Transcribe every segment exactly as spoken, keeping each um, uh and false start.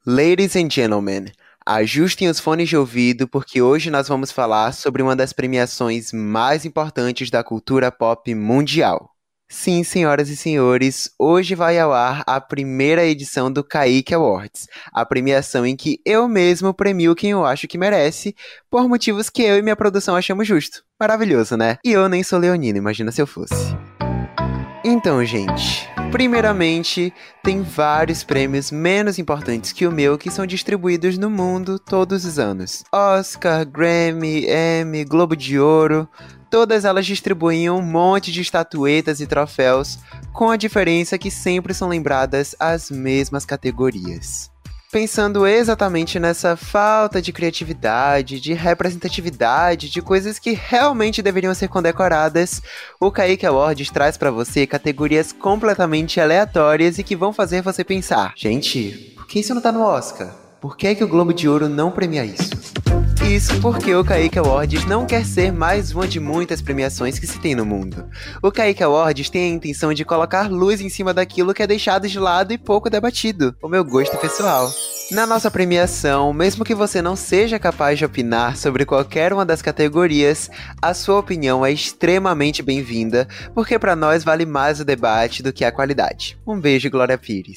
Ladies and gentlemen, ajustem os fones de ouvido porque hoje nós vamos falar sobre uma das premiações mais importantes da cultura pop mundial. Sim, senhoras e senhores, hoje vai ao ar a primeira edição do Kaique Awards, a premiação em que eu mesmo premio quem eu acho que merece, por motivos que eu e minha produção achamos justo. Maravilhoso, né? E eu nem sou leonino, imagina se eu fosse. Então, gente, primeiramente, tem vários prêmios menos importantes que o meu que são distribuídos no mundo todos os anos. Oscar, Grammy, Emmy, Globo de Ouro, todas elas distribuem um monte de estatuetas e troféus, com a diferença que sempre são lembradas as mesmas categorias. Pensando exatamente nessa falta de criatividade, de representatividade, de coisas que realmente deveriam ser condecoradas, o Kaique Awards traz pra você categorias completamente aleatórias e que vão fazer você pensar: gente, por que isso não tá no Oscar? Por que é que o Globo de Ouro não premia isso? Isso porque o Kaique Awards não quer ser mais uma de muitas premiações que se tem no mundo. O Kaique Awards tem a intenção de colocar luz em cima daquilo que é deixado de lado e pouco debatido, o meu gosto pessoal. Na nossa premiação, mesmo que você não seja capaz de opinar sobre qualquer uma das categorias, a sua opinião é extremamente bem-vinda, porque para nós vale mais o debate do que a qualidade. Um beijo, Glória Pires.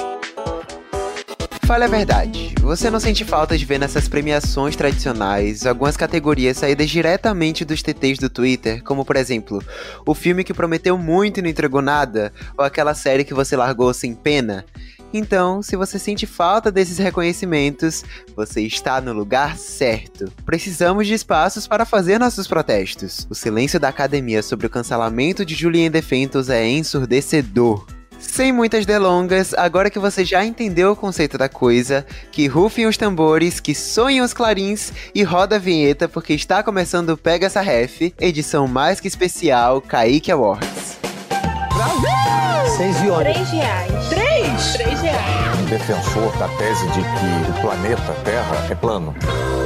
Fale a verdade, você não sente falta de ver nessas premiações tradicionais algumas categorias saídas diretamente dos T Ts do Twitter, como por exemplo, o filme que prometeu muito e não entregou nada, ou aquela série que você largou sem pena? Então, se você sente falta desses reconhecimentos, você está no lugar certo. Precisamos de espaços para fazer nossos protestos. O silêncio da academia sobre o cancelamento de Julien Defentos é ensurdecedor. Sem muitas delongas, agora que você já entendeu o conceito da coisa, que rufem os tambores, que soem os clarins e roda a vinheta porque está começando o Pega Essa Ref, edição mais que especial Kaique Awards. Brasil! Seis violas. Três reais. Três? Três reais. Um defensor da tese de que o planeta Terra é plano.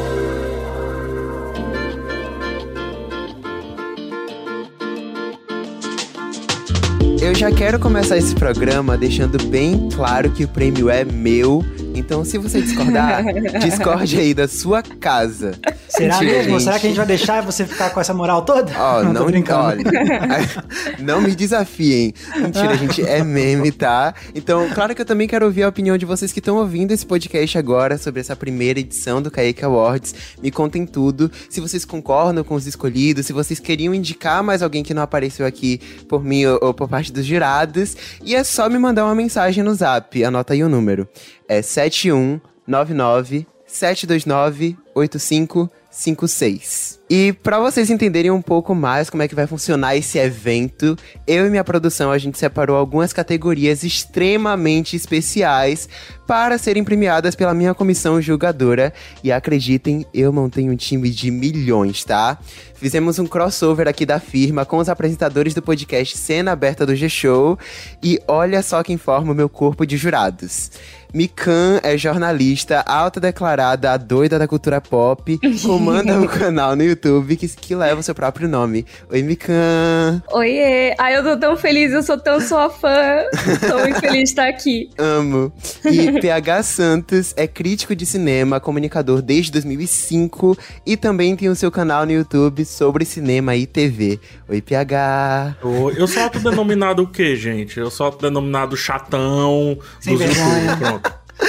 Eu já quero começar esse programa deixando bem claro que o prêmio é meu. Então, se você discordar, discorde aí da sua casa. Será Mentira, mesmo? gente. Será que a gente vai deixar você ficar com essa moral toda? Ó, oh, não, tô brincando. Olha, não me desafiem. Mentira, gente, é meme, tá? Então, claro que eu também quero ouvir a opinião de vocês que estão ouvindo esse podcast agora sobre essa primeira edição do Kaique Awards. Me contem tudo. Se vocês concordam com os escolhidos, se vocês queriam indicar mais alguém que não apareceu aqui por mim ou, ou por parte dos jurados. E é só me mandar uma mensagem no Zap. Anota aí o número. É sete um nove nove sete dois nove oito cinco cinco seis. E pra vocês entenderem um pouco mais como é que vai funcionar esse evento, eu e minha produção, a gente separou algumas categorias extremamente especiais para serem premiadas pela minha comissão julgadora. E acreditem, eu montei um time de milhões, tá? Fizemos um crossover aqui da firma com os apresentadores do podcast Cena Aberta do G-Show. E olha só quem forma o meu corpo de jurados. Mikan é jornalista, autodeclarada a doida da cultura pop, comanda um canal no YouTube que, que leva o seu próprio nome. Oi, Mikan! Oiê! Ai, eu tô tão feliz, eu sou tão sua fã. Tô muito feliz de estar aqui. Amo! E P H Santos é crítico de cinema, comunicador desde dois mil e cinco e também tem o seu canal no YouTube sobre cinema e T V. Oi, P H! Eu sou autodenominado o quê, gente? Eu sou autodenominado chatão Sem dos vergonha. YouTube, pronto.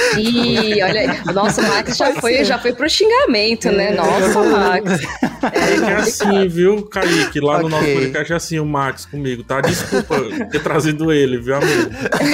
Ih, olha aí. Nossa, o Max já foi, já foi pro xingamento, né? Nossa, Max. É que é assim, viu, Kaique? Lá no Ok. nosso podcast é assim, o Max comigo, tá? Desculpa ter trazido ele, viu, amigo?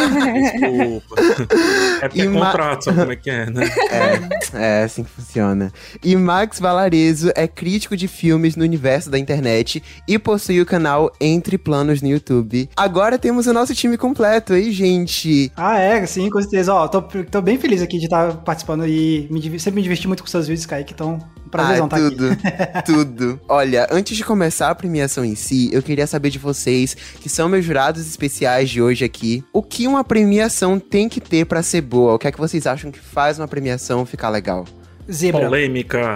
Desculpa. É porque E é Ma- contrato, sabe como é que é, né? É, é assim que funciona. E Max Valarezo é crítico de filmes no universo da internet e possui o canal Entre Planos no YouTube. Agora temos o nosso time completo, hein, gente? Ah, é, sim, com certeza. Ó, tô, tô bem feliz aqui de estar participando e me, div- sempre me diverti muito com seus vídeos, Kaique, então um prazerzão Ah, estar aqui. tudo, tudo. Olha, antes de começar a premiação em si, eu queria saber de vocês, que são meus jurados especiais de hoje aqui, o que uma premiação tem que ter pra ser boa? O que é que vocês acham que faz uma premiação ficar legal? Zebra. Polêmica.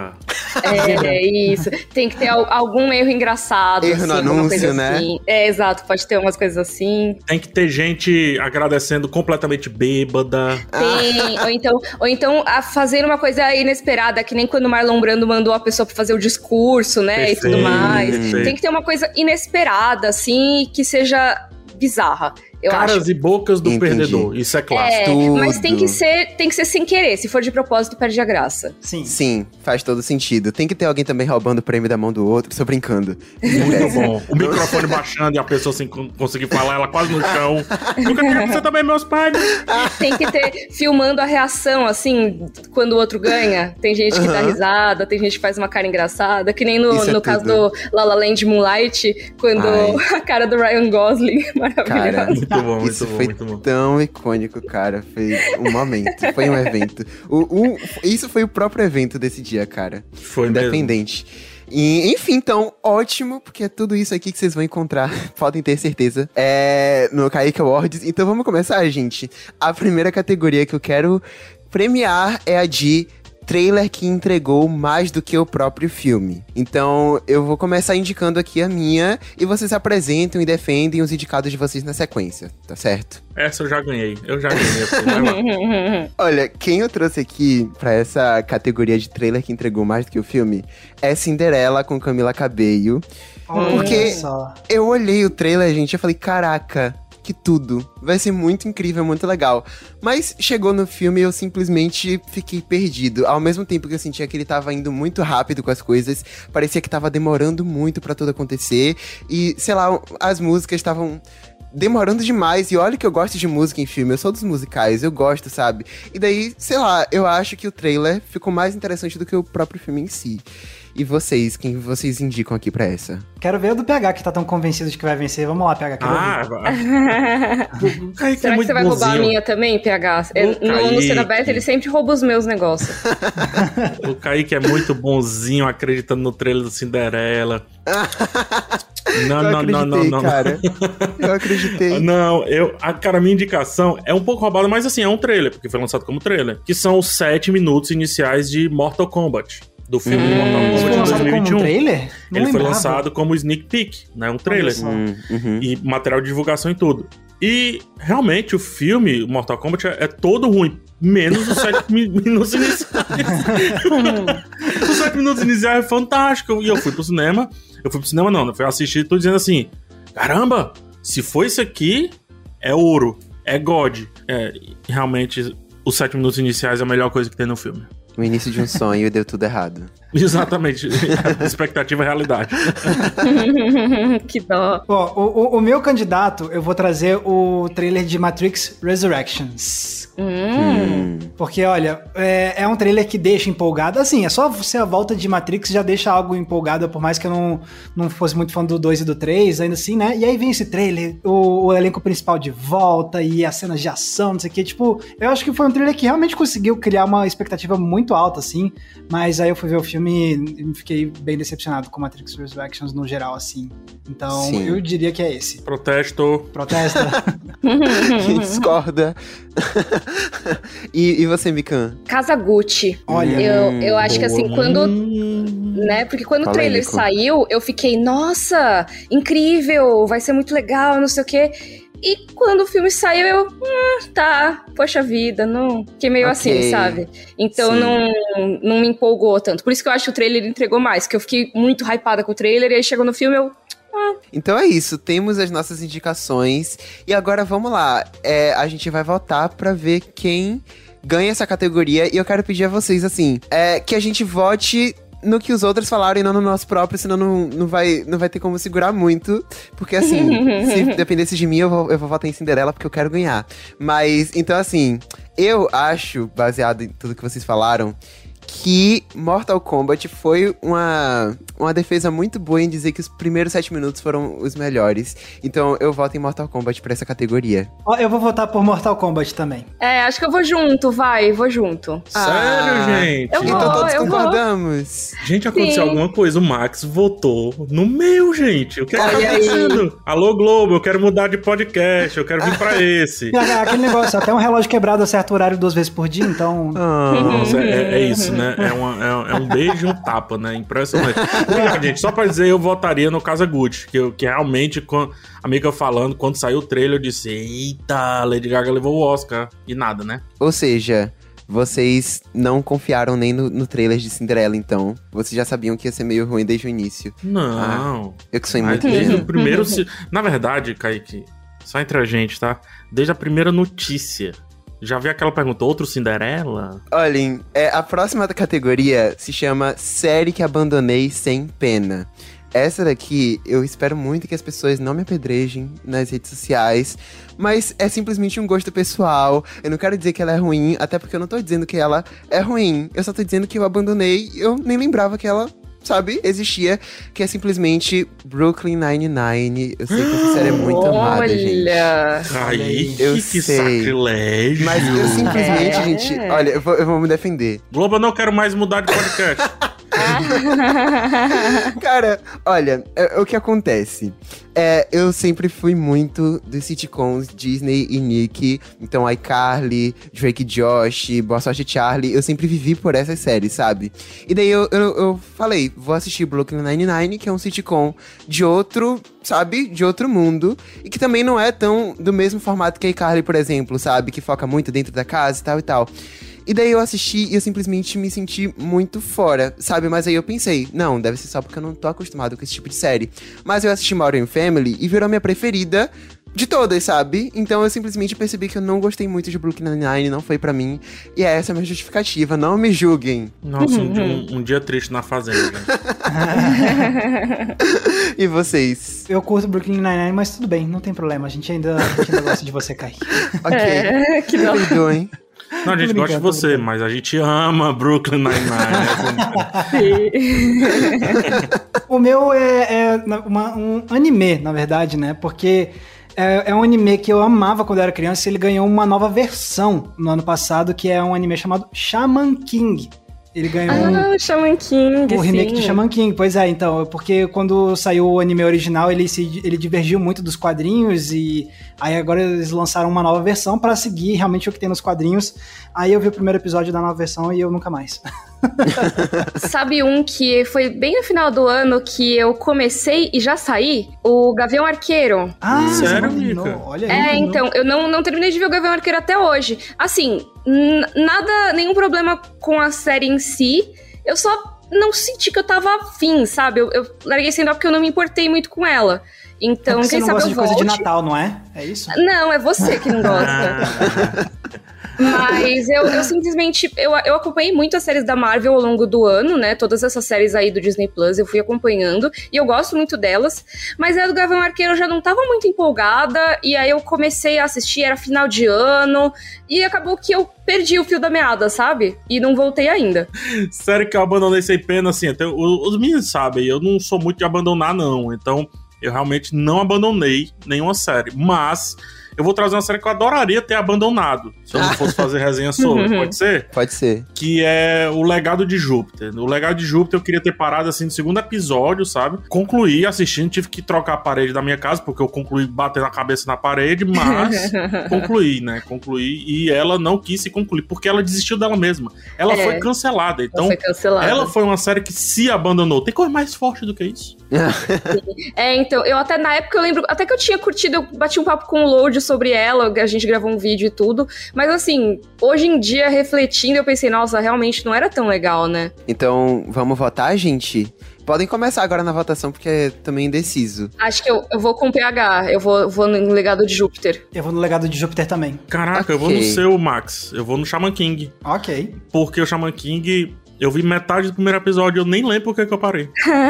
É, isso. Tem que ter algum erro engraçado. Erro assim, no anúncio, né? Assim. É, exato. Pode ter umas coisas assim. Tem que ter gente agradecendo completamente bêbada. Tem. Ou então, ou então a fazer uma coisa inesperada, que nem quando o Marlon Brando mandou a pessoa pra fazer o discurso, né? Perfeito, e tudo mais. Perfeito. Tem que ter uma coisa inesperada, assim, que seja bizarra. Eu Caras acho. e bocas do Entendi. Perdedor, isso é clássico. É, Tudo. mas tem que ser, tem que ser sem querer. Se for de propósito, perde a graça. Sim. Sim, faz todo sentido. Tem que ter alguém também roubando o prêmio da mão do outro, só brincando. Muito bom. O microfone baixando e a pessoa sem conseguir falar, ela quase no chão. Nunca queria que você também, meus pais. Tem que ter filmando a reação, assim, quando o outro ganha. Tem gente que dá risada, tem gente que faz uma cara engraçada, que nem no, Isso é no caso tudo. do La La Land Moonlight, quando Ai. a cara do Ryan Gosling, maravilhosa. Cara, Muito bom, muito isso bom, foi muito bom. tão icônico, cara. Foi um momento, foi um evento. O, o- isso foi o próprio evento desse dia, cara. Foi mesmo. Independente. E, enfim, então, ótimo, porque é tudo isso aqui que vocês vão encontrar, podem ter certeza, é, no Kaique Awards. Então vamos começar, gente. A primeira categoria que eu quero premiar é a de trailer que entregou mais do que o próprio filme. Então, eu vou começar indicando aqui a minha, e vocês apresentam e defendem os indicados de vocês na sequência, tá certo? Essa eu já ganhei. Eu já ganhei. assim, vai lá. Olha, quem eu trouxe aqui pra essa categoria de trailer que entregou mais do que o filme é Cinderela com Camila Cabello. Porque Olha só. eu olhei o trailer, gente, e eu falei, caraca, que tudo. Vai ser muito incrível, muito legal. Mas chegou no filme e eu simplesmente fiquei perdido. Ao mesmo tempo que eu sentia que ele tava indo muito rápido com as coisas, parecia que tava demorando muito pra tudo acontecer. E, sei lá, as músicas estavam demorando demais. E olha que eu gosto de música em filme, eu sou dos musicais, eu gosto, sabe? E daí, sei lá, eu acho que o trailer ficou mais interessante do que o próprio filme em si. E vocês, quem vocês indicam aqui pra essa? Quero ver o do P H, que tá tão convencido de que vai vencer. Vamos lá, P H, quero Ah, ver. o Kaique é Será que muito você vai roubar a bonzinho. minha também, P H? É, O no, no Kaique. Cena Aberta, ele sempre rouba os meus negócios. O Kaique é muito bonzinho, acreditando no trailer do Cinderela. Não, eu não, não, não, acreditei, não. cara. Eu acreditei. Não, eu, a, cara, a minha indicação é um pouco roubada, mas assim, é um trailer, porque foi lançado como trailer. Que são os sete minutos iniciais de Mortal Kombat. Do filme Hum. Mortal Ele Kombat foi de lançado dois mil e vinte e como um. um trailer? Não Ele foi lembrava. lançado como sneak peek, né? Um trailer. só. Hum, uhum. E material de divulgação e tudo. E realmente o filme Mortal Kombat é, é todo ruim, menos os sete mi- minutos iniciais. Os sete minutos iniciais é fantástico. E eu fui pro cinema. Eu fui pro cinema, não, eu fui assistir e tô dizendo assim: caramba, se for isso aqui, é ouro, é God. É, realmente, os sete minutos iniciais é a melhor coisa que tem no filme. O início de um sonho e deu tudo errado. Exatamente. Expectativa e realidade. Que dó. Ó, o, o, o meu candidato, eu vou trazer o trailer de Matrix Resurrections. Hum. Porque, olha, é, é um trailer que deixa empolgado. Assim, é só você a volta de Matrix já deixa algo empolgado, por mais que eu não, não fosse muito fã do dois e do três, ainda assim, né? E aí vem esse trailer, o, o elenco principal de volta e as cenas de ação, não sei o que. Tipo, eu acho que foi um trailer que realmente conseguiu criar uma expectativa muito alta, assim. Mas aí eu fui ver o filme e fiquei bem decepcionado com Matrix Resurrections no geral, assim. Então, Sim. eu diria que é esse. Protesto. Protesta. Quem discorda? e, e você, Mikan? Casa Gucci. Olha. Eu, eu acho que assim, Boa. quando. Hum. Né? Porque quando o trailer Polêmico. saiu, eu fiquei, nossa, incrível, vai ser muito legal, não sei o quê. E quando o filme saiu, eu, hum, tá, poxa vida, não. Fiquei meio Ok. assim, sabe? Então Sim. não, não me empolgou tanto. Por isso que eu acho que o trailer entregou mais, que eu fiquei muito hypada com o trailer, e aí chegou no filme, eu. Então é isso, temos as nossas indicações. E agora vamos lá. É, a gente vai votar pra ver quem ganha essa categoria. E eu quero pedir a vocês, assim, é, que a gente vote no que os outros falaram e não no nosso próprio, senão não, não, vai, não vai ter como segurar muito. Porque, assim, se dependesse de mim, eu vou, eu vou votar em Cinderela porque eu quero ganhar. Mas, então, assim, eu acho, baseado em tudo que vocês falaram, que Mortal Kombat foi uma, uma defesa muito boa em dizer que os primeiros sete minutos foram os melhores. Então eu voto em Mortal Kombat pra essa categoria. Ó, eu vou votar por Mortal Kombat também. É, acho que eu vou junto, vai, vou junto. Sério, Ah, gente? eu vou. Então todos eu vou. concordamos. Gente, aconteceu Sim. alguma coisa. O Max votou no meu, gente. O que é que tá Olha aí. acontecendo? Alô, Globo, eu quero mudar de podcast. Eu quero vir pra esse. E aquele negócio, até um relógio quebrado acerta o horário duas vezes por dia, então... Ah, Nossa, é, é isso, né? É, uma, é, é um beijo e um tapa, né? Impressionante. Obrigado, gente. Só pra dizer, eu votaria no Kazaguchi, que, eu, que realmente, com a amiga falando, quando saiu o trailer, eu disse, eita, Lady Gaga levou o Oscar. E nada, né? Ou seja, vocês não confiaram nem no, no trailer de Cinderela, então. Vocês já sabiam que ia ser meio ruim desde o início. Não. Ah, eu que sou Mas muito desde ingênuo. o primeiro... se- Na verdade, Kaique, só entre a gente, tá? Desde a primeira notícia. Já vi aquela pergunta, outro Cinderela? Olhem, é, a próxima categoria se chama Série que Abandonei Sem Pena. Essa daqui, eu espero muito que as pessoas não me apedrejem nas redes sociais, mas é simplesmente um gosto pessoal. Eu não quero dizer que ela é ruim, até porque eu não tô dizendo que ela é ruim. Eu só tô dizendo que eu abandonei e eu nem lembrava que ela, sabe, existia, que é simplesmente Brooklyn Nine-Nine. Eu sei que essa série é muito amada, gente. Olha. Aí, Eu que, que sei. sacrilégio. Mas eu simplesmente, É. gente, olha, eu vou, eu vou me defender. Globo, eu não quero mais mudar de podcast. Cara, olha, é, é o que acontece. É, eu sempre fui muito dos sitcoms Disney e Nick. Então, iCarly, Drake e Josh, Boa Sorte Charlie. Eu sempre vivi por essas séries, sabe? E daí eu, eu, eu falei, vou assistir Brooklyn Nine-Nine, que é um sitcom de outro, sabe? De outro mundo. E que também não é tão do mesmo formato que iCarly, por exemplo, sabe? Que foca muito dentro da casa e tal e tal. E daí eu assisti e eu simplesmente me senti muito fora, sabe? Mas aí eu pensei, não, deve ser só porque eu não tô acostumado com esse tipo de série. Mas eu assisti Modern Family e virou minha preferida de todas, sabe? Então eu simplesmente percebi que eu não gostei muito de Brooklyn Nine-Nine, não foi pra mim. E essa é a minha justificativa, não me julguem. Nossa, um, dia- um- um dia triste na fazenda. E vocês? Eu curto Brooklyn Nine-Nine, mas tudo bem, não tem problema. A gente ainda, a gente ainda gosta de você, Kaique. Ok, É, que me não. perdoem. Não, a gente Tô gosta de brincando, tô você, brincando. mas a gente ama Brooklyn Nine-Nine. Né? O meu é, é na- uma- um anime, na verdade, né? Porque é, é um anime que eu amava quando eu era criança e ele ganhou uma nova versão no ano passado, que é um anime chamado Shaman King. Ele ganhou um, Ah, o Shaman King, o remake sim. de Shaman King. Pois é, então, porque quando saiu o anime original, ele, se, ele divergiu muito dos quadrinhos e aí agora eles lançaram uma nova versão pra seguir realmente o que tem nos quadrinhos. Aí eu vi o primeiro episódio da nova versão e eu nunca mais. Sabe um que foi bem no final do ano que eu comecei e já saí? O Gavião Arqueiro. Ah, Sério, você terminou? Mika? Olha aí. É, terminou. então, eu não, não terminei de ver o Gavião Arqueiro até hoje. Assim, n- nada, nenhum problema com a série em si. Eu só não senti que eu tava afim, sabe? Eu, eu larguei sem dó porque eu não me importei muito com ela. É Então, porque você quem não sabe gosta eu de coisa de volte. Natal, não é? É isso? Não, é você que não gosta. Mas eu, eu simplesmente, eu, eu acompanhei muito as séries da Marvel ao longo do ano, né? Todas essas séries aí do Disney Plus eu fui acompanhando. E eu gosto muito delas. Mas a do Gavião Arqueiro eu já não tava muito empolgada. E aí eu comecei a assistir, era final de ano. E acabou que eu perdi o fio da meada, sabe? E não voltei ainda. Sério que eu abandonei sem pena, assim, até, o- os meninos sabem, eu não sou muito de abandonar, não. Então, eu realmente não abandonei nenhuma série. Mas, eu vou trazer uma série que eu adoraria ter abandonado, se eu não fosse fazer resenha sobre, pode ser? Pode ser. Que é O Legado de Júpiter. O Legado de Júpiter eu queria ter parado assim no segundo episódio, sabe? Concluí assistindo, tive que trocar a parede da minha casa, porque eu concluí batendo a cabeça na parede, mas concluí, né? Concluí e ela não quis se concluir, porque ela desistiu dela mesma. Ela É. foi cancelada, então Foi cancelada. ela foi uma série que se abandonou. Tem coisa mais forte do que isso? É, então, eu até na época eu lembro, até que eu tinha curtido, eu bati um papo com o Load sobre ela, a gente gravou um vídeo e tudo, mas assim, hoje em dia, refletindo, eu pensei, nossa, realmente não era tão legal, né? Então, vamos votar, gente? Podem começar agora na votação, porque é também indeciso. Acho que eu, eu vou com o P H, eu vou, vou no Legado de Júpiter. Eu vou no Legado de Júpiter também. Caraca, eu vou no Ok. seu, Max. Eu vou no Shaman King. Ok. Porque o Shaman King, eu vi metade do primeiro episódio, eu nem lembro por que que eu parei.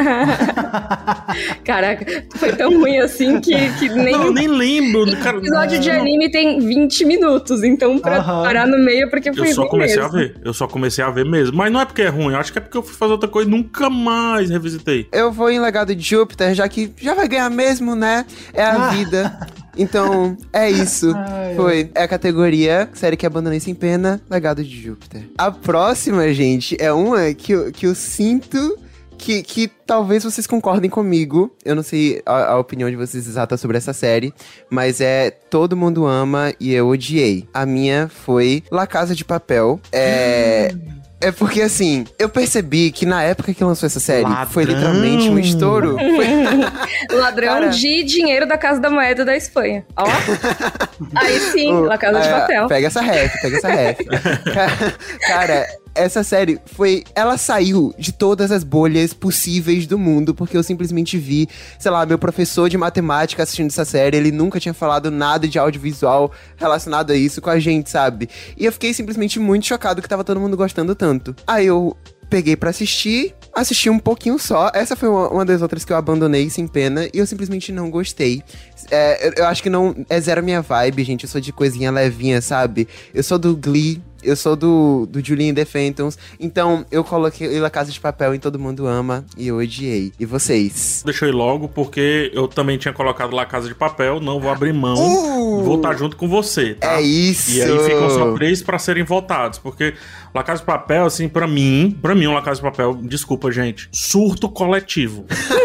Caraca, foi tão ruim assim que, que nem Não, eu o nem lembro. Cara, episódio de não. anime tem vinte minutos, então pra Aham. parar no meio é porque Eu foi só ruim comecei mesmo. a ver. Eu só comecei a ver mesmo. Mas não é porque é ruim, eu acho que é porque eu fui fazer outra coisa e nunca mais revisitei. Eu vou em Legado de Júpiter, já que já vai ganhar mesmo, né? É a Ah. vida. Então, é isso. Ai, Foi. É a categoria série que abandonei sem pena, Legado de Júpiter. A próxima, gente, é uma que eu, que eu sinto que, que talvez vocês concordem comigo. Eu não sei a, a opinião de vocês exata sobre essa série, mas é Todo Mundo Ama e eu odiei. A minha foi La Casa de Papel. É... É porque, assim, eu percebi que na época que lançou essa série, Ladrão. foi literalmente um estouro. Foi... Ladrão Cara... de dinheiro da Casa da Moeda da Espanha. Ó. Aí sim, o, La Casa é, de Papel. Pega essa ref, pega essa ref. Cara, essa série foi... Ela saiu de todas as bolhas possíveis do mundo, porque eu simplesmente vi, sei lá, meu professor de matemática assistindo essa série, ele nunca tinha falado nada de audiovisual relacionado a isso com a gente, sabe? E eu fiquei simplesmente muito chocado que tava todo mundo gostando tanto. Aí eu peguei pra assistir, assisti um pouquinho só. Essa foi uma, uma das outras que eu abandonei sem pena e eu simplesmente não gostei. É, eu, eu acho que não é zero a minha vibe, gente. Eu sou de coisinha levinha, sabe? Eu sou do Glee, eu sou do, do Julie and the Phantoms. Então eu coloquei La Casa de Papel em Todo Mundo Ama e eu odiei. E vocês? Deixa eu ir logo, porque eu também tinha colocado La Casa de Papel, não vou abrir mão, Uh! vou estar junto com você, tá? É isso! E aí ficam só três pra serem votados, porque La Casa de Papel, assim, pra mim, pra mim, o La Casa de Papel, desculpa, gente, surto coletivo.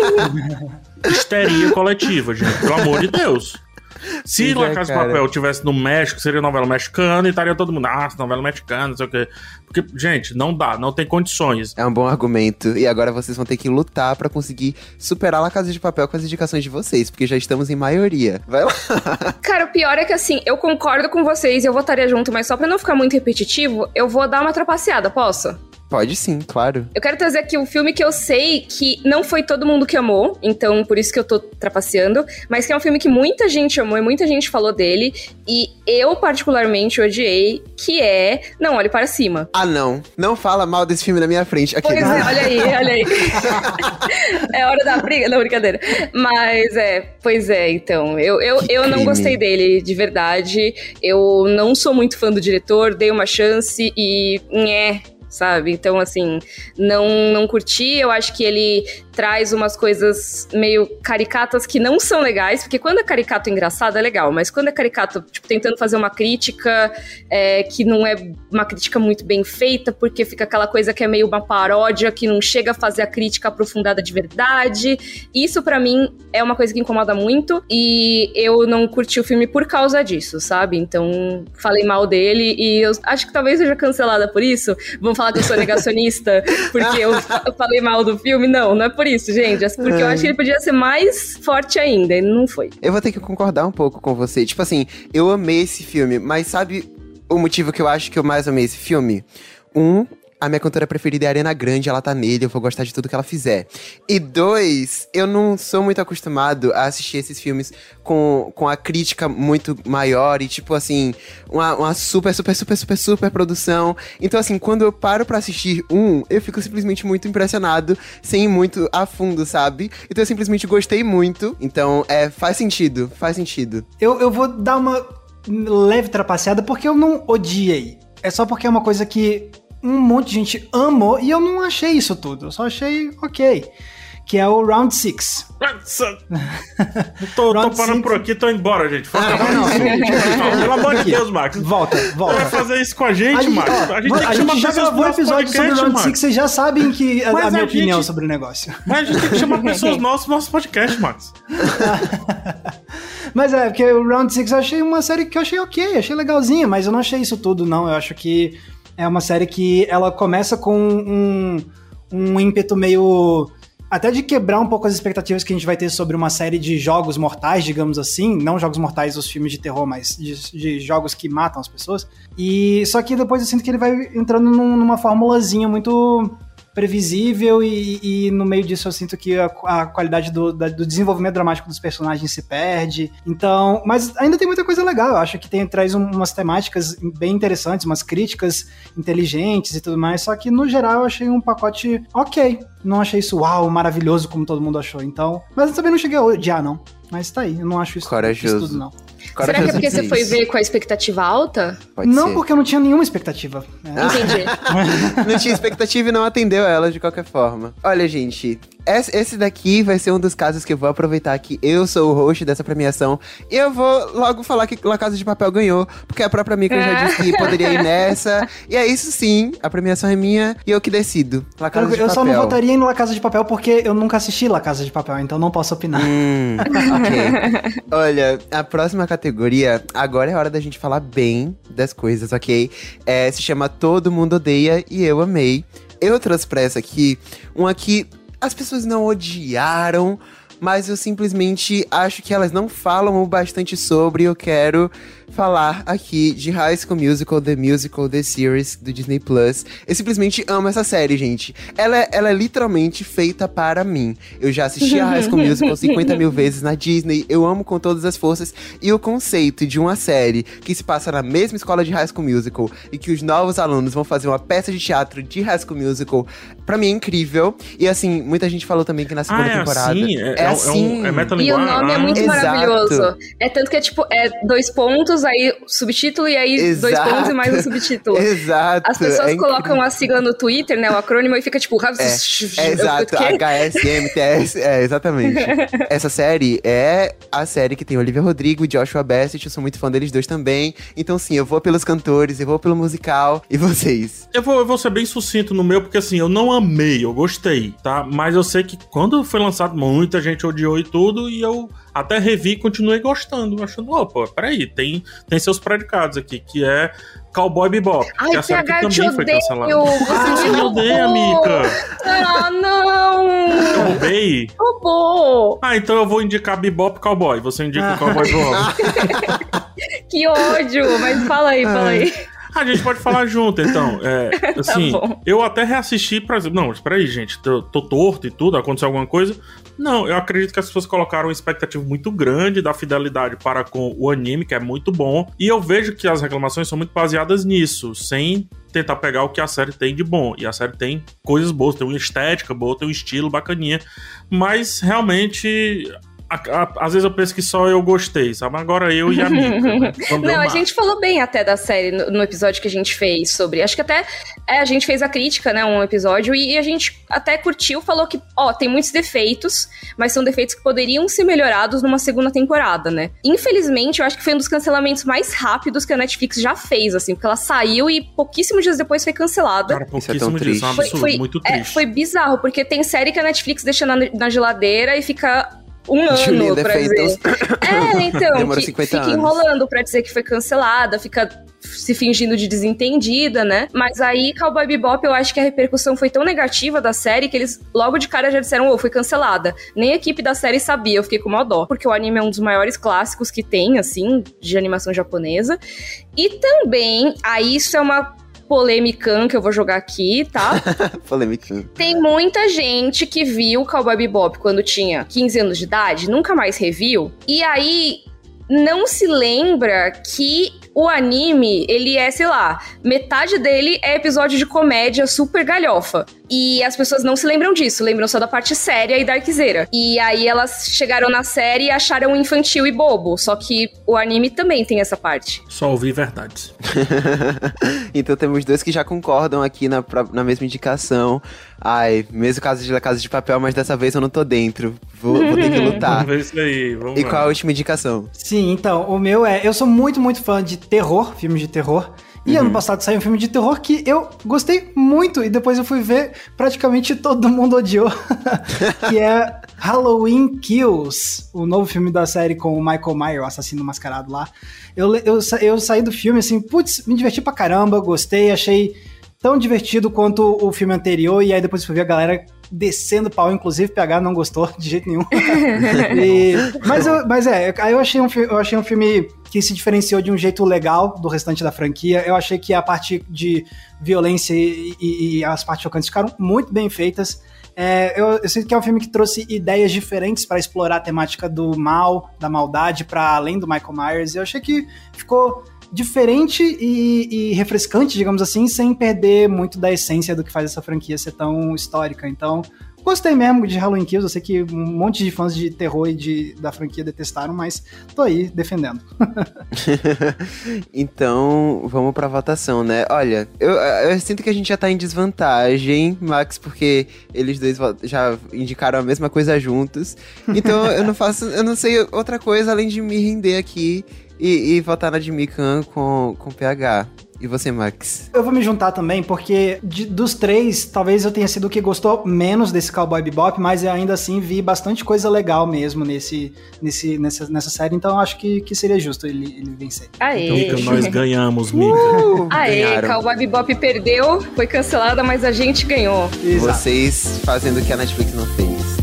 Histeria coletiva, gente, pelo amor de Deus. Se Pois La é, Casa de cara. Papel tivesse no México, seria novela mexicana e estaria todo mundo, ah, novela mexicana, não sei o quê. Porque, gente, não dá, não tem condições. É um bom argumento. E agora vocês vão ter que lutar pra conseguir superar La Casa de Papel com as indicações de vocês, porque já estamos em maioria. Vai lá. Cara, o pior é que assim, eu concordo com vocês e eu votaria junto, mas só pra não ficar muito repetitivo, eu vou dar uma trapaceada, posso? Pode sim, claro. Eu quero trazer aqui um filme que eu sei que não foi todo mundo que amou, então por isso que eu tô trapaceando, mas que é um filme que muita gente amou e muita gente falou dele, e eu particularmente odiei, que é Não Olhe Para Cima. Ah, não. Não fala mal desse filme na minha frente. Aqui, Pois é, olha aí, olha aí. É hora da briga, não, brincadeira. Mas é, pois é, então, eu, eu, Que eu não crime. gostei dele, de verdade, eu não sou muito fã do diretor, dei uma chance e... Nhé, sabe? Então, assim, não, não curti. Eu acho que ele traz umas coisas meio caricatas que não são legais, porque quando é caricato engraçado é legal, mas quando é caricato, tipo, tentando fazer uma crítica é, que não é uma crítica muito bem feita, porque fica aquela coisa que é meio uma paródia, que não chega a fazer a crítica aprofundada de verdade. Isso, pra mim, é uma coisa que incomoda muito, e eu não curti o filme por causa disso, sabe? Então, falei mal dele, e eu acho que talvez seja cancelada por isso. Vão falar que eu sou negacionista porque eu, eu falei mal do filme. Não, não é por isso, gente. É porque eu acho que ele podia ser mais forte ainda, e não foi. Eu vou ter que concordar um pouco com você. Tipo assim, eu amei esse filme, mas sabe o motivo que eu acho que eu mais amei esse filme? Um... A minha cantora preferida é a Ariana Grande, ela tá nele, eu vou gostar de tudo que ela fizer. E dois, eu não sou muito acostumado a assistir esses filmes com, com a crítica muito maior e, tipo assim, uma, uma super, super, super, super, super produção. Então, assim, quando eu paro pra assistir um, eu fico simplesmente muito impressionado, sem ir muito a fundo, sabe? Então eu simplesmente gostei muito. Então, é, faz sentido, faz sentido. Eu, eu vou dar uma leve trapaceada porque eu não odiei. É só porque é uma coisa que um monte de gente amou e eu não achei isso tudo. Eu só achei ok. Que é o Round Six. Nossa. tô, tô Round parando six. por aqui, tô embora, gente. Foca Ah, não, não, pelo amor de Aqui. Deus, Max. Volta, volta. Vai fazer isso com a gente, A gente, Max. ó, A gente tem que a chamar gente já pessoas gravou pro um nosso episódio sobre o podcast, Round Max. Six, vocês já sabem que a, Mas a a minha gente- opinião sobre o negócio. Mas a gente tem que chamar pessoas nossas pro nosso podcast, Max. Mas é, porque o Round Six eu achei uma série que eu achei ok, achei legalzinha, mas eu não achei isso tudo, não. Eu acho que é uma série que ela começa com um, um ímpeto meio... até de quebrar um pouco as expectativas que a gente vai ter sobre uma série de jogos mortais, digamos assim. Não jogos mortais dos filmes de terror, mas de, de jogos que matam as pessoas. E só que depois eu sinto que ele vai entrando num- numa formulazinha muito previsível e, e no meio disso eu sinto que a, a qualidade do, da- do desenvolvimento dramático dos personagens se perde. Então, mas ainda tem muita coisa legal. Eu acho que tem, traz um- umas temáticas bem interessantes, umas críticas inteligentes e tudo mais. Só que no geral eu achei um pacote ok. Não achei isso uau, maravilhoso como todo mundo achou. Então, mas eu também não cheguei a odiar, não. Mas tá aí, eu não acho isso, Corajoso. isso tudo, não. Será que é porque você foi isso. ver com a expectativa alta? Pode não ser. porque eu não tinha nenhuma expectativa. É. Entendi. Não tinha expectativa e não atendeu ela de qualquer forma. Olha, gente, esse daqui vai ser um dos casos que eu vou aproveitar que eu sou o host dessa premiação e eu vou logo falar que La Casa de Papel ganhou, porque a própria Mika já disse que poderia ir nessa. E é isso sim, a premiação é minha e eu que decido. La Casa eu, de eu Papel. só não votaria em La Casa de Papel porque eu nunca assisti La Casa de Papel, então não posso opinar. Hum, ok. Olha, a próxima categoria, agora é hora da gente falar bem das coisas, ok? É, se chama Todo Mundo Odeia e eu amei. Eu trouxe pra essa aqui, uma que as pessoas não odiaram, mas eu simplesmente acho que elas não falam o bastante sobre. Eu quero falar aqui de High School Musical, The Musical, The Series, do Disney Plus. Eu simplesmente amo essa série, gente. Ela, ela é literalmente feita para mim. Eu já assisti a High School Musical cinquenta mil vezes na Disney. Eu amo com todas as forças. E o conceito de uma série que se passa na mesma escola de High School Musical e que os novos alunos vão fazer uma peça de teatro de High School Musical, pra mim é incrível. E assim, muita gente falou também que na segunda ah, é temporada... Assim? É, é assim? É, um, é metalinguagem? E o nome é muito ah, maravilhoso. exato. É tanto que é tipo, é dois pontos, aí subtítulo, e aí exato. dois pontos e mais um subtítulo. Exato. As pessoas é colocam a sigla no Twitter, né, o acrônimo, e fica tipo... É, é exato, H S M T S, é, exatamente. Essa série é a série que tem Olivia Rodrigo e Joshua Bassett, eu sou muito fã deles dois também. Então sim, eu vou pelos cantores, eu vou pelo musical, e vocês? Eu vou, eu vou ser bem sucinto no meu, porque assim, eu não amei, eu gostei, tá? Mas eu sei que quando foi lançado, muita gente odiou e tudo, e eu até revi e continuei gostando, achando, opa, peraí, tem, tem seus predicados aqui, que é Cowboy Bebop, Ai, que é a série que também foi cancelada. Ah, você me odeia, Mika! Ah, não! Eu roubei? Roubou! Ah, então eu vou indicar Bebop Cowboy, você indica o Cowboy Bebop. Que ódio! Mas fala aí, fala aí. A gente pode falar junto, então. É, assim, tá, eu até reassisti pra... Não, espera aí, gente. Tô, tô torto e tudo, aconteceu alguma coisa. Não, eu acredito que as pessoas colocaram uma expectativa muito grande da fidelidade para com o anime, que é muito bom. E eu vejo que as reclamações são muito baseadas nisso, sem tentar pegar o que a série tem de bom. E a série tem coisas boas, tem uma estética boa, tem um estilo bacaninha. Mas, realmente... A, a, às vezes eu penso que só eu gostei, sabe? Agora eu e a Mika, né? Não, a gente falou bem até da série no, no episódio que a gente fez sobre... Acho que até é, a gente fez a crítica, né? Um episódio, e, e a gente até curtiu, falou que, ó, tem muitos defeitos, mas são defeitos que poderiam ser melhorados numa segunda temporada, né? Infelizmente, eu acho que foi um dos cancelamentos mais rápidos que a Netflix já fez, assim, porque ela saiu e pouquíssimos dias depois foi cancelada. Cara, pouquíssimos dias, é um absurdo, foi, foi, muito é, triste. Foi bizarro, porque tem série que a Netflix deixa na, na geladeira e fica... Um Julia ano pra dizer. É, então, demora que cinquenta fica anos. enrolando pra dizer que foi cancelada, fica se fingindo de desentendida, né? Mas aí, Cowboy Bebop, eu acho que a repercussão foi tão negativa da série que eles logo de cara já disseram, ô, oh, foi cancelada. Nem a equipe da série sabia, eu fiquei com mó dó. Porque o anime é um dos maiores clássicos que tem, assim, de animação japonesa. E também, aí isso é uma... polêmica que eu vou jogar aqui, tá? Polêmica. Tem muita gente que viu Cowboy Bebop quando tinha quinze anos de idade, nunca mais reviu, e aí não se lembra que o anime, ele é, sei lá, metade dele é episódio de comédia super galhofa. E as pessoas não se lembram disso, lembram só da parte séria e darkzeira. E aí elas chegaram na série e acharam infantil e bobo, só que o anime também tem essa parte. Só ouvi verdades. Então temos dois que já concordam aqui na, na mesma indicação. Ai, mesmo caso de La Casa de Papel, mas dessa vez eu não tô dentro. Vou, vou ter que lutar. Vamos ver isso aí, vamos E lá. qual a última indicação? Sim, então, o meu é... Eu sou muito, muito fã de terror, filmes de terror. E uhum. ano passado saiu um filme de terror que eu gostei muito. E depois eu fui ver, praticamente todo mundo odiou. Que é Halloween Kills. O novo filme da série com o Michael Myers, o assassino mascarado lá. Eu, eu, eu saí do filme assim, putz, me diverti pra caramba, gostei, achei tão divertido quanto o filme anterior. E aí depois eu fui ver a galera descendo pau, inclusive P H não gostou de jeito nenhum. e, mas, eu, mas é, aí eu achei, um, eu achei um filme que se diferenciou de um jeito legal do restante da franquia. Eu achei que a parte de violência e, e, e as partes chocantes ficaram muito bem feitas. É, eu, eu sinto que é um filme que trouxe ideias diferentes para explorar a temática do mal, da maldade, para além do Michael Myers. Eu achei que ficou diferente e, e refrescante, digamos assim, sem perder muito da essência do que faz essa franquia ser tão histórica. Então, gostei mesmo de Halloween Kills, eu sei que um monte de fãs de terror e de, da franquia detestaram, mas tô aí defendendo. Então, vamos pra votação, né? Olha, eu, eu sinto que a gente já tá em desvantagem, Max, porque eles dois já indicaram a mesma coisa juntos. Então, eu não faço, eu não sei outra coisa além de me render aqui e, e votar na Jimmy Khan com, com P H. E você, Max? Eu vou me juntar também, porque de, dos três, talvez eu tenha sido o que gostou menos desse Cowboy Bebop, mas eu ainda assim vi bastante coisa legal mesmo nesse, nesse, nessa, nessa série, então eu acho que, que seria justo ele, ele vencer. Aê! Mika, nós ganhamos, Mika. Uh, Aê, ganharam. Cowboy Bebop perdeu, foi cancelada, mas a gente ganhou. Exato. Vocês fazendo o que a Netflix não fez.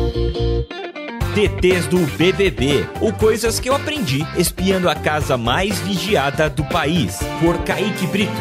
T Tês do B B B, ou Coisas que eu aprendi espiando a casa mais vigiada do país, por Kaique Brito.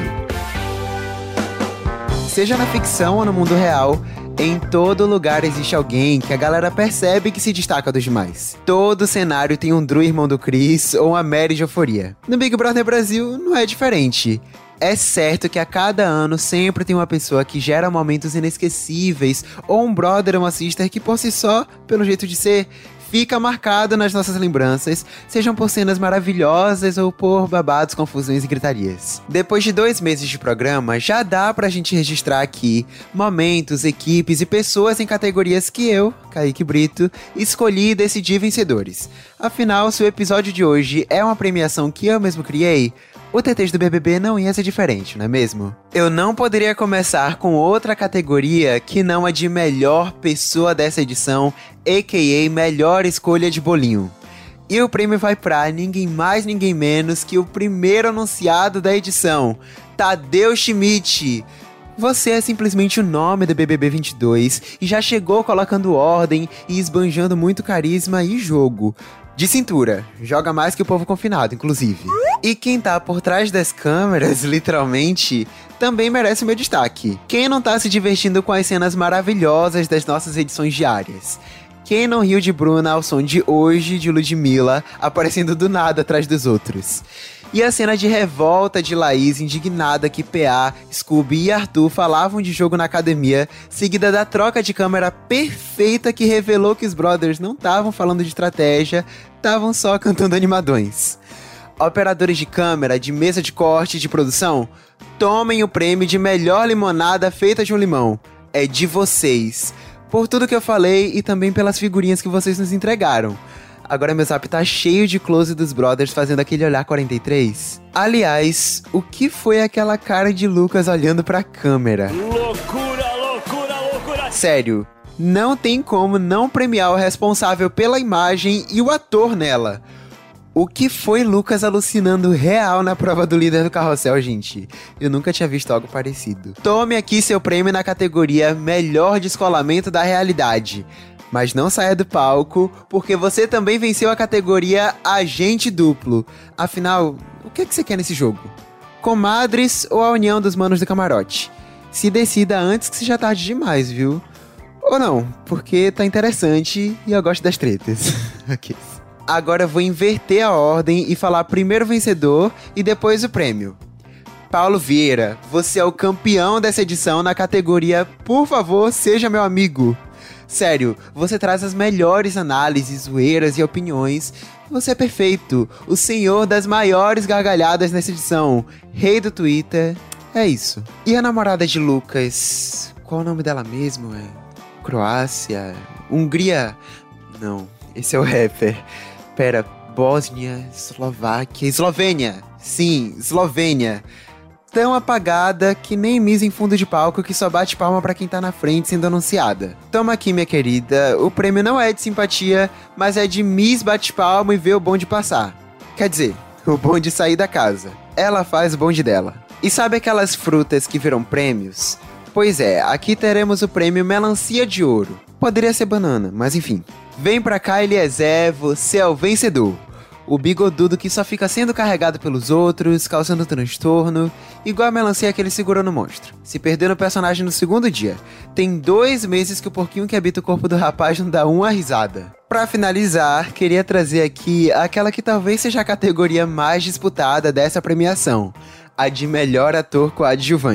Seja na ficção ou no mundo real, em todo lugar existe alguém que a galera percebe que se destaca dos demais. Todo cenário tem um Drew, irmão do Chris, ou uma Mary de euforia. No Big Brother Brasil não é diferente. É certo que a cada ano sempre tem uma pessoa que gera momentos inesquecíveis, ou um brother ou uma sister que por si só, pelo jeito de ser, fica marcado nas nossas lembranças, sejam por cenas maravilhosas ou por babados, confusões e gritarias. Depois de dois meses de programa, já dá pra gente registrar aqui momentos, equipes e pessoas em categorias que eu, Kaique Brito, escolhi e decidi vencedores. Afinal, se o episódio de hoje é uma premiação que eu mesmo criei, o T Tês do B B B não ia ser diferente, não é mesmo? Eu não poderia começar com outra categoria que não a de melhor pessoa dessa edição, a k a melhor escolha de bolinho. E o prêmio vai pra ninguém mais, ninguém menos que o primeiro anunciado da edição, Tadeu Schmidt. Você é simplesmente o nome do B B B vinte e dois e já chegou colocando ordem e esbanjando muito carisma e jogo. De cintura, joga mais que o povo confinado, inclusive. E quem tá por trás das câmeras, literalmente, também merece o meu destaque. Quem não tá se divertindo com as cenas maravilhosas das nossas edições diárias? Quem não riu de Bruna ao som de Hoje, de Ludmilla, aparecendo do nada atrás dos outros? E a cena de revolta de Laís, indignada que P A, Scooby e Arthur falavam de jogo na academia, seguida da troca de câmera perfeita que revelou que os brothers não estavam falando de estratégia, estavam só cantando animadões. Operadores de câmera, de mesa de corte e de produção, tomem o prêmio de melhor limonada feita de um limão. É de vocês. Por tudo que eu falei e também pelas figurinhas que vocês nos entregaram. Agora meu zap tá cheio de close dos brothers fazendo aquele olhar quarenta e três. Aliás, o que foi aquela cara de Lucas olhando pra câmera? Loucura, loucura, loucura! Sério, não tem como não premiar o responsável pela imagem e o ator nela. O que foi Lucas alucinando real na prova do líder do carrossel, gente? Eu nunca tinha visto algo parecido. Tome aqui seu prêmio na categoria Melhor Descolamento da Realidade. Mas não saia do palco, porque você também venceu a categoria Agente Duplo. Afinal, o que, é que você quer nesse jogo? Comadres ou a união dos manos do camarote? Se decida antes que seja tarde demais, viu? Ou não, porque tá interessante e eu gosto das tretas. Ok. Agora eu vou inverter a ordem e falar primeiro o vencedor e depois o prêmio. Paulo Vieira, você é o campeão dessa edição na categoria Por Favor, Seja Meu Amigo. Sério, você traz as melhores análises, zoeiras e opiniões. Você é perfeito, o senhor das maiores gargalhadas nessa edição, rei do Twitter. É isso. E a namorada de Lucas? Qual o nome dela mesmo? É Croácia? Hungria? Não, esse é o rapper. Pera, Bósnia, Eslováquia, Eslovênia. Sim, Eslovênia. Tão apagada que nem Miss em fundo de palco que só bate palma pra quem tá na frente sendo anunciada. Toma aqui, minha querida, o prêmio não é de simpatia, mas é de Miss bate palma e vê o bonde passar. Quer dizer, o bonde sair da casa. Ela faz o bonde dela. E sabe aquelas frutas que viram prêmios? Pois é, aqui teremos o prêmio Melancia de Ouro. Poderia ser banana, mas enfim. Vem pra cá, Eliezer, você é o vencedor. O bigodudo que só fica sendo carregado pelos outros, causando transtorno, igual a melancia que ele segurou no monstro. Se perdeu no personagem no segundo dia. Tem dois meses que o porquinho que habita o corpo do rapaz não dá uma risada. Pra finalizar, queria trazer aqui aquela que talvez seja a categoria mais disputada dessa premiação, a de melhor ator coadjuvante.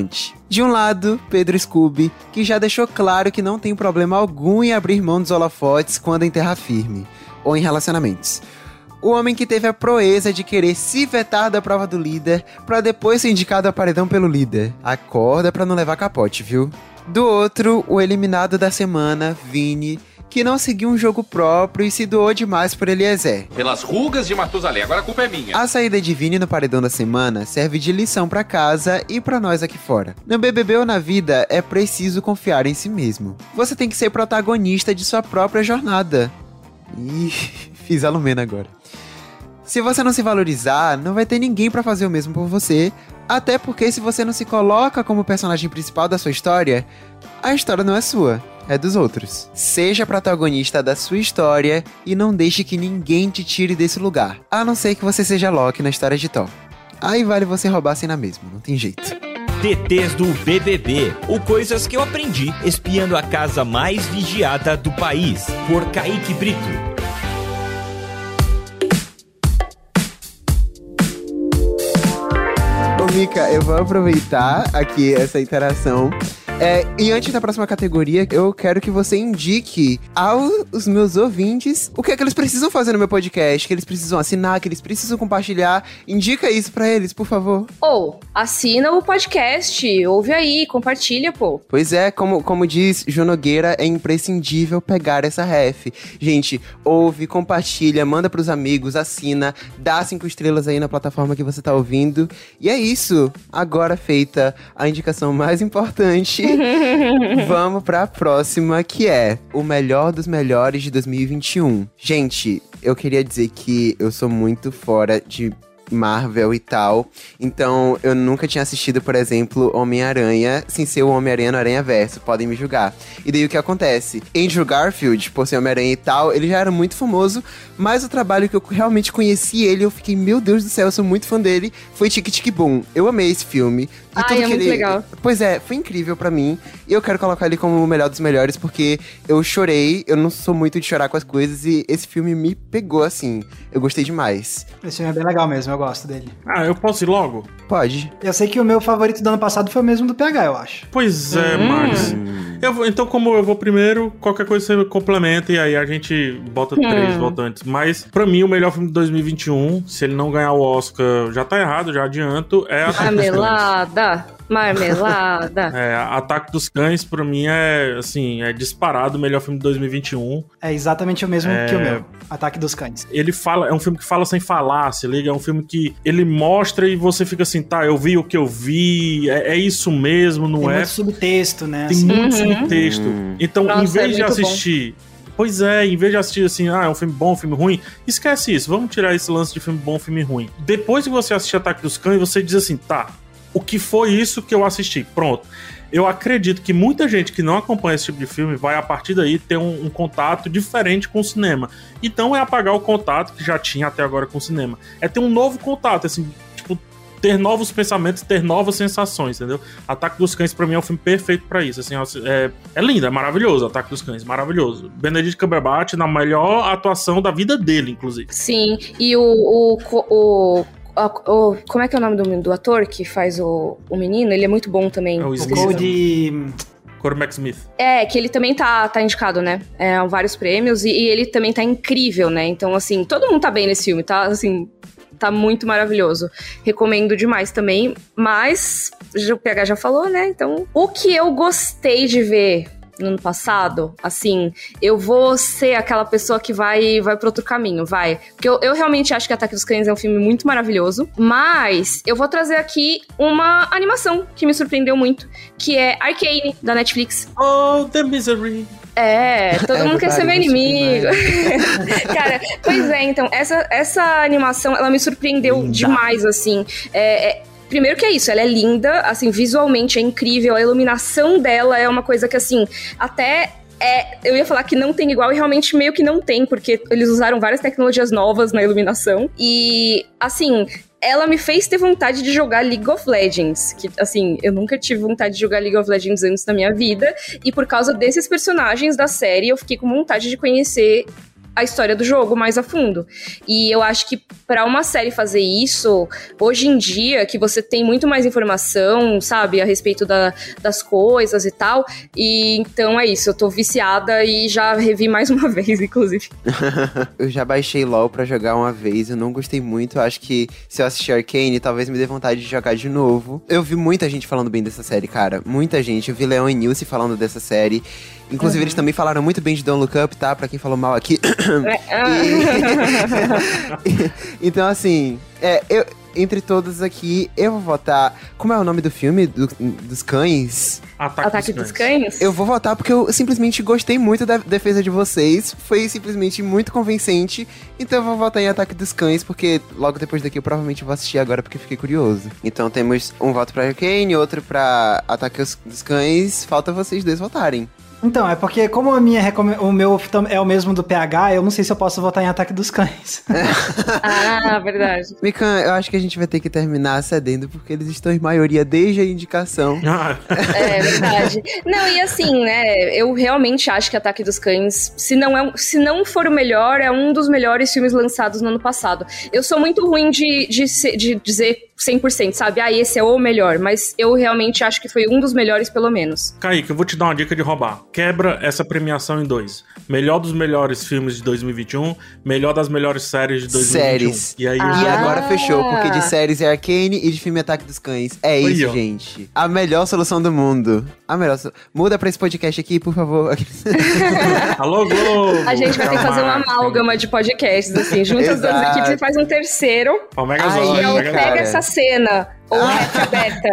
De um lado, Pedro Scooby, que já deixou claro que não tem problema algum em abrir mão dos holofotes quando em terra firme, ou em relacionamentos. O homem que teve a proeza de querer se vetar da prova do líder pra depois ser indicado a paredão pelo líder. Acorda pra não levar capote, viu? Do outro, o eliminado da semana, Vini, que não seguiu um jogo próprio e se doou demais por Eliezer. Pelas rugas de Matusalém, agora a culpa é minha. A saída de Vini no paredão da semana serve de lição pra casa e pra nós aqui fora. No B B B ou na vida, é preciso confiar em si mesmo. Você tem que ser protagonista de sua própria jornada. Ih, fiz a Lumena agora. Se você não se valorizar, não vai ter ninguém pra fazer o mesmo por você, até porque se você não se coloca como personagem principal da sua história, a história não é sua, é dos outros. Seja protagonista da sua história e não deixe que ninguém te tire desse lugar, a não ser que você seja Loki na história de Thor. Aí vale você roubar assim na mesma, não tem jeito. T Tês do B B B, o Coisas que eu aprendi espiando a casa mais vigiada do país, por Kaique Brito. Mika, eu vou aproveitar aqui essa interação. É, e antes da próxima categoria, eu quero que você indique aos meus ouvintes o que é que eles precisam fazer no meu podcast, que eles precisam assinar, que eles precisam compartilhar. Indica isso pra eles, por favor. Ou, assina o podcast, ouve aí, compartilha, pô. Pois é, como, como diz João Nogueira, é imprescindível pegar essa ref. Gente, ouve, compartilha, manda pros amigos, assina, dá cinco estrelas aí na plataforma que você tá ouvindo. E é isso, agora feita a indicação mais importante. Vamos pra próxima, que é o melhor dos melhores de dois mil e vinte e um. Gente, eu queria dizer que eu sou muito fora de Marvel e tal, então eu nunca tinha assistido, por exemplo, Homem-Aranha sem ser o Homem-Aranha no Aranhaverso, podem me julgar. E daí o que acontece? Andrew Garfield, por ser Homem-Aranha e tal, ele já era muito famoso, mas o trabalho que eu realmente conheci ele, eu fiquei, meu Deus do céu, eu sou muito fã dele, foi Tic Tic Boom. Eu amei esse filme. E Ai, tudo é que muito ele... legal. Pois é, foi incrível pra mim, e eu quero colocar ele como o melhor dos melhores, porque eu chorei, eu não sou muito de chorar com as coisas, e esse filme me pegou, assim, eu gostei demais. Esse filme é bem legal mesmo, eu gosto dele. Ah, eu posso ir logo? Pode. Eu sei que o meu favorito do ano passado foi o mesmo do P H, eu acho. Pois é, Hum. Max. Eu vou- então, como eu vou primeiro, qualquer coisa você complementa e aí a gente bota três Hum. votantes. Mas, pra mim, o melhor filme de dois mil e vinte e um, se ele não ganhar o Oscar, já tá errado, já adianto, é Ataque dos Cães. Marmelada, marmelada. É, Ataque dos Cães, pra mim, é, assim, é disparado o melhor filme de dois mil e vinte e um. É exatamente o mesmo É. que o meu. Ataque dos Cães. Ele fala, é um filme que fala sem falar, se liga? É um filme que ele mostra e você fica assim, tá, eu vi o que eu vi, é, é isso mesmo, não Tem é? muito subtexto, né? Tem assim. muito Uhum. subtexto. Então, Nossa, em vez é de muito bom. assistir... Pois é, em vez de assistir assim, ah, é um filme bom, um filme ruim, esquece isso, vamos tirar esse lance de filme bom, filme ruim. Depois que você assistir Ataque dos Cães, você diz assim, tá, o que foi isso que eu assisti? Pronto. Eu acredito que muita gente que não acompanha esse tipo de filme vai, a partir daí, ter um, um contato diferente com o cinema. Então é apagar o contato que já tinha até agora com o cinema. É ter um novo contato, assim, tipo, ter novos pensamentos, ter novas sensações, entendeu? Ataque dos Cães, pra mim, é um filme perfeito pra isso. Assim, é, é lindo, é maravilhoso, Ataque dos Cães, maravilhoso. Benedict Cumberbatch na melhor atuação da vida dele, inclusive. Sim, e o... o, o, o- o- como é que é o nome do, do ator que faz o, o menino? Ele é muito bom também. É o O Esqueci. Code... Corey Mac Smith. É, que ele também tá, tá indicado, né? É, a vários prêmios, e, e ele também tá incrível, né? Então, assim, todo mundo tá bem nesse filme, tá? Assim, tá muito maravilhoso. Recomendo demais também, mas já- o P H já falou, né? Então, o que eu gostei de ver no ano passado, assim, eu vou ser aquela pessoa que vai, vai pro outro caminho, vai. Porque eu, eu realmente acho que Ataque dos Cães é um filme muito maravilhoso, mas eu vou trazer aqui uma animação que me surpreendeu muito, que é Arcane, da Netflix. Oh, The Misery. É, todo É mundo quer ser meu verdade, inimigo. Cara, pois é, então, essa, essa animação, ela me surpreendeu Linda. demais, assim. É, é, primeiro que é isso, ela é linda, assim, visualmente é incrível, a iluminação dela é uma coisa que, assim, até... É, eu ia falar que não tem igual e realmente meio que não tem, porque eles usaram várias tecnologias novas na iluminação. E, assim, ela me fez ter vontade de jogar League of Legends. Que, assim, eu nunca tive vontade de jogar League of Legends antes na minha vida. E por causa desses personagens da série, eu fiquei com vontade de conhecer a história do jogo mais a fundo. E eu acho que pra uma série fazer isso, hoje em dia, que você tem muito mais informação, sabe, a respeito da, das coisas e tal, e então é isso, eu tô viciada e já revi mais uma vez, inclusive. Eu já baixei LoL pra jogar uma vez, eu não gostei muito, acho que se eu assistir Arcane, talvez me dê vontade de jogar de novo. Eu vi muita gente falando bem dessa série, cara, muita gente, eu vi Leon e Nilce falando dessa série. Inclusive, uhum. eles também falaram muito bem de Don't Look Up, tá? Pra quem falou mal aqui. e... Então, assim, é, eu, entre todos aqui, eu vou votar... Como é o nome do filme? Do, dos cães? Ataque, Ataque dos, dos cães. cães? Eu vou votar porque eu simplesmente gostei muito da defesa de vocês. Foi simplesmente muito convincente. Então eu vou votar em Ataque dos Cães, porque logo depois daqui eu provavelmente vou assistir agora, porque fiquei curioso. Então temos um voto pra Arcane, outro pra Ataque dos Cães. Falta vocês dois votarem. Então, é porque como a minha recome- o meu é o mesmo do P H, eu não sei se eu posso votar em Ataque dos Cães. Ah, verdade. Mikan, eu acho que a gente vai ter que terminar cedendo, porque eles estão em maioria desde a indicação. É verdade. Não, e assim, né, eu realmente acho que Ataque dos Cães, se não, é, se não for o melhor, é um dos melhores filmes lançados no ano passado. Eu sou muito ruim de, de, de dizer cem por cento, sabe? Ah, esse é o melhor, mas eu realmente acho que foi um dos melhores, pelo menos. Kaique, eu vou te dar uma dica de roubar. Quebra essa premiação em dois. Melhor dos melhores filmes de dois mil e vinte e um, melhor das melhores séries de dois mil e vinte e um. Séries. E, aí, ah. e agora fechou, porque de séries é Arcane e de filme Ataque dos Cães. É Oi, isso, ó. gente. A melhor solução do mundo. A melhor so... Muda pra esse podcast aqui, por favor. Alô, Globo! A gente vai ter que fazer uma amálgama de podcasts, assim. Junta as duas equipes e faz um terceiro. O Megazord, Aí eu Megazord. pego essa cena. Ou a ref aberta.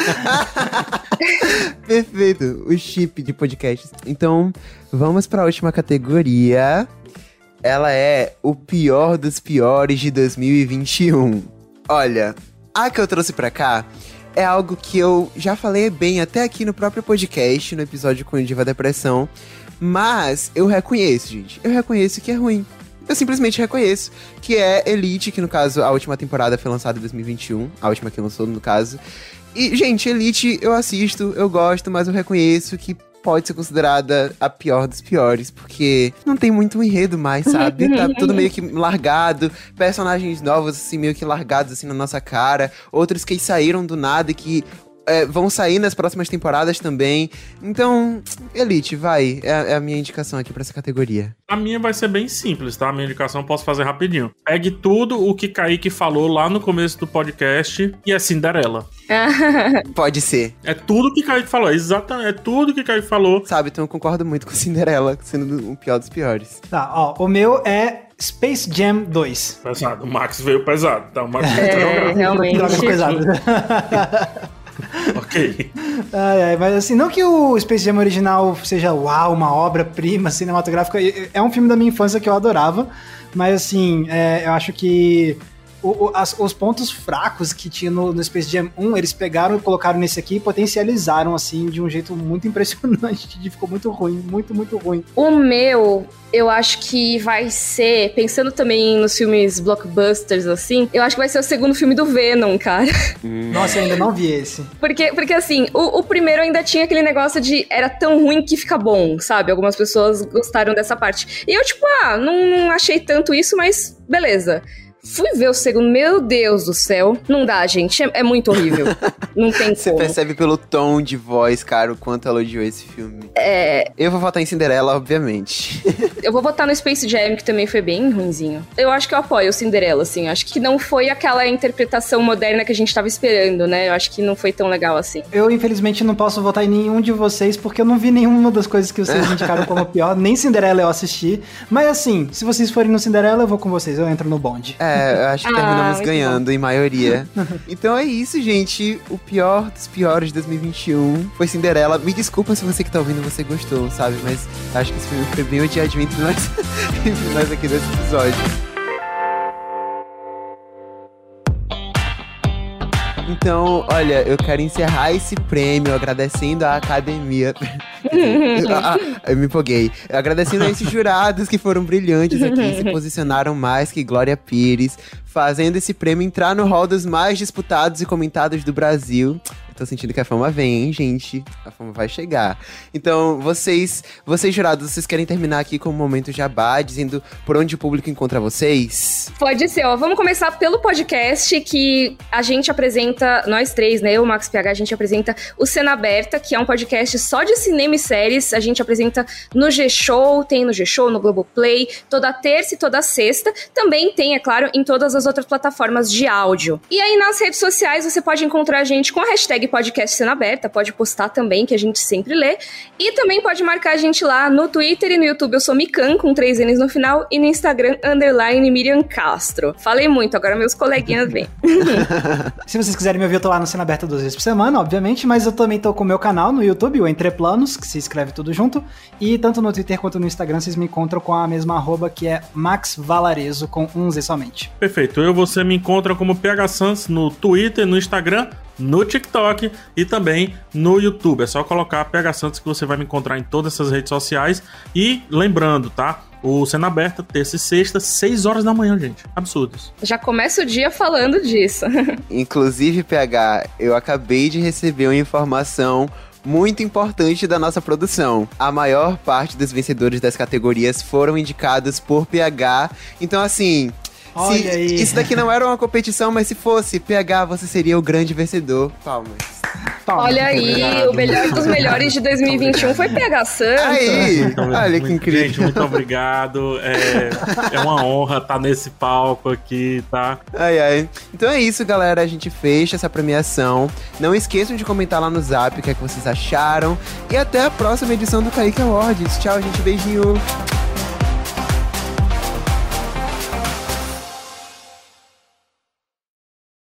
Perfeito, o chip de podcasts. Então, vamos pra última categoria. Ela é o pior dos piores de dois mil e vinte e um. Olha, a que eu trouxe pra cá é algo que eu já falei bem até aqui no próprio podcast, no episódio com o Diva Depressão. Mas eu reconheço, gente. Eu reconheço que é ruim. Eu simplesmente reconheço que é Elite, que no caso a última temporada foi lançada em dois mil e vinte e um, a última que lançou no caso. E, gente, Elite eu assisto, eu gosto, mas eu reconheço que pode ser considerada a pior dos piores, porque não tem muito um enredo mais, sabe? Tá tudo meio que largado, personagens novos, assim, meio que largados, assim, na nossa cara, outros que saíram do nada e que... É, vão sair nas próximas temporadas também. Então, Elite, vai. É, é a minha indicação aqui pra essa categoria. A minha vai ser bem simples, tá? A minha indicação eu posso fazer rapidinho. Pegue tudo o que Kaique falou lá no começo do podcast e é Cinderela. Pode ser. É tudo que Kaique falou, exatamente. É tudo que Kaique falou. Sabe, então eu concordo muito com Cinderela, sendo o pior dos piores. Tá, ó, o meu é Space Jam dois. Pesado, o Max veio pesado, tá? O Max veio É, realmente. Droga pesada. Ok. Ai, ai, mas assim, não que o Space Jam original seja, uau, uma obra-prima cinematográfica, é um filme da minha infância que eu adorava, mas assim, é, eu acho que o, o, as, os pontos fracos que tinha no, no Space Jam um, eles pegaram e colocaram nesse aqui e potencializaram, assim, de um jeito muito impressionante, ficou muito ruim, muito, muito ruim. O meu... eu acho que vai ser, pensando também nos filmes blockbusters, assim, eu acho que vai ser o segundo filme do Venom, cara. Nossa, eu ainda não vi esse. Porque, porque assim, o, o primeiro ainda tinha aquele negócio de era tão ruim que fica bom, sabe? Algumas pessoas gostaram dessa parte. E eu, tipo, ah, não, não achei tanto isso, mas beleza. Fui ver o segundo, meu Deus do céu. Não dá, gente, é, é muito horrível. Não tem Você como. percebe pelo tom de voz, cara, o quanto ela odiou esse filme. É... Eu vou votar em Cinderela, obviamente. Eu vou votar no Space Jam, que também foi bem ruinzinho. Eu acho que eu apoio o Cinderela, assim. Acho que não foi aquela interpretação moderna que a gente tava esperando, né? Eu acho que não foi tão legal assim. Eu, infelizmente, não posso votar em nenhum de vocês, porque eu não vi nenhuma das coisas que vocês indicaram como pior. Nem Cinderela eu assisti. Mas assim, se vocês forem no Cinderela, eu vou com vocês. Eu entro no bonde. É, eu acho que Ah, terminamos muito ganhando em maioria. Então é isso, gente. O pior dos piores de dois mil e vinte e um foi Cinderela. Me desculpa se você que tá ouvindo, você gostou, sabe? Mas acho que esse filme foi bem odiadinho entre nós, entre nós aqui nesse episódio. Então, olha, eu quero encerrar esse prêmio agradecendo à academia. ah, eu me empolguei. Agradecendo a esses jurados que foram brilhantes aqui, se posicionaram mais que Glória Pires, fazendo esse prêmio entrar no hall dos mais disputados e comentados do Brasil. Eu tô sentindo que a fama vem, hein, gente? A fama vai chegar. Então, vocês, vocês jurados, vocês querem terminar aqui com um momento jabá, dizendo por onde o público encontra vocês? Pode ser, ó. Vamos começar pelo podcast que a gente apresenta, nós três, né? Eu, Max P H, a gente apresenta o Cena Aberta, que é um podcast só de cinema e séries. A gente apresenta no G-Show, tem no G-Show, no Globoplay, toda terça e toda sexta. Também tem, é claro, em todas as outras plataformas de áudio. E aí, nas redes sociais, você pode encontrar a gente com a hashtag podcast Cena Aberta, pode postar também, que a gente sempre lê. E também pode marcar a gente lá no Twitter e no YouTube. Eu sou Mikan, com três N's no final, e no Instagram, underline Miriam Castro. Falei muito, agora meus coleguinhas vêm. Se vocês quiserem me ouvir, eu tô lá no Cena Aberta duas vezes por semana, obviamente, mas eu também tô com o meu canal no YouTube, o Entre Planos, que se escreve tudo junto, e tanto no Twitter quanto no Instagram vocês me encontram com a mesma arroba, que é Max Valarezo, com um Z somente. Perfeito, eu você me encontra como P H Sans no Twitter, no Instagram, no TikTok e também no YouTube. É só colocar P H Santos que você vai me encontrar em todas essas redes sociais. E lembrando, tá? O Cena Aberta, terça e sexta, seis horas da manhã, gente. Absurdos. Já começa o dia falando disso. Inclusive, P H, eu acabei de receber uma informação muito importante da nossa produção. A maior parte dos vencedores das categorias foram indicados por P H. Então, assim... Olha se, aí. Isso daqui não era uma competição, mas se fosse P H, você seria o grande vencedor. Palmas. Toma. Olha aí, obrigado. O melhor dos melhores de dois mil e vinte e um foi P H Santos. Aí, olha que incrível. Gente, muito obrigado. É, é uma honra estar nesse palco aqui, tá? Ai, ai. Então é isso, galera. A gente fecha essa premiação. Não esqueçam de comentar lá no Zap o que é que vocês acharam. E até a próxima edição do Kaique Awards. Tchau, gente. Beijinho.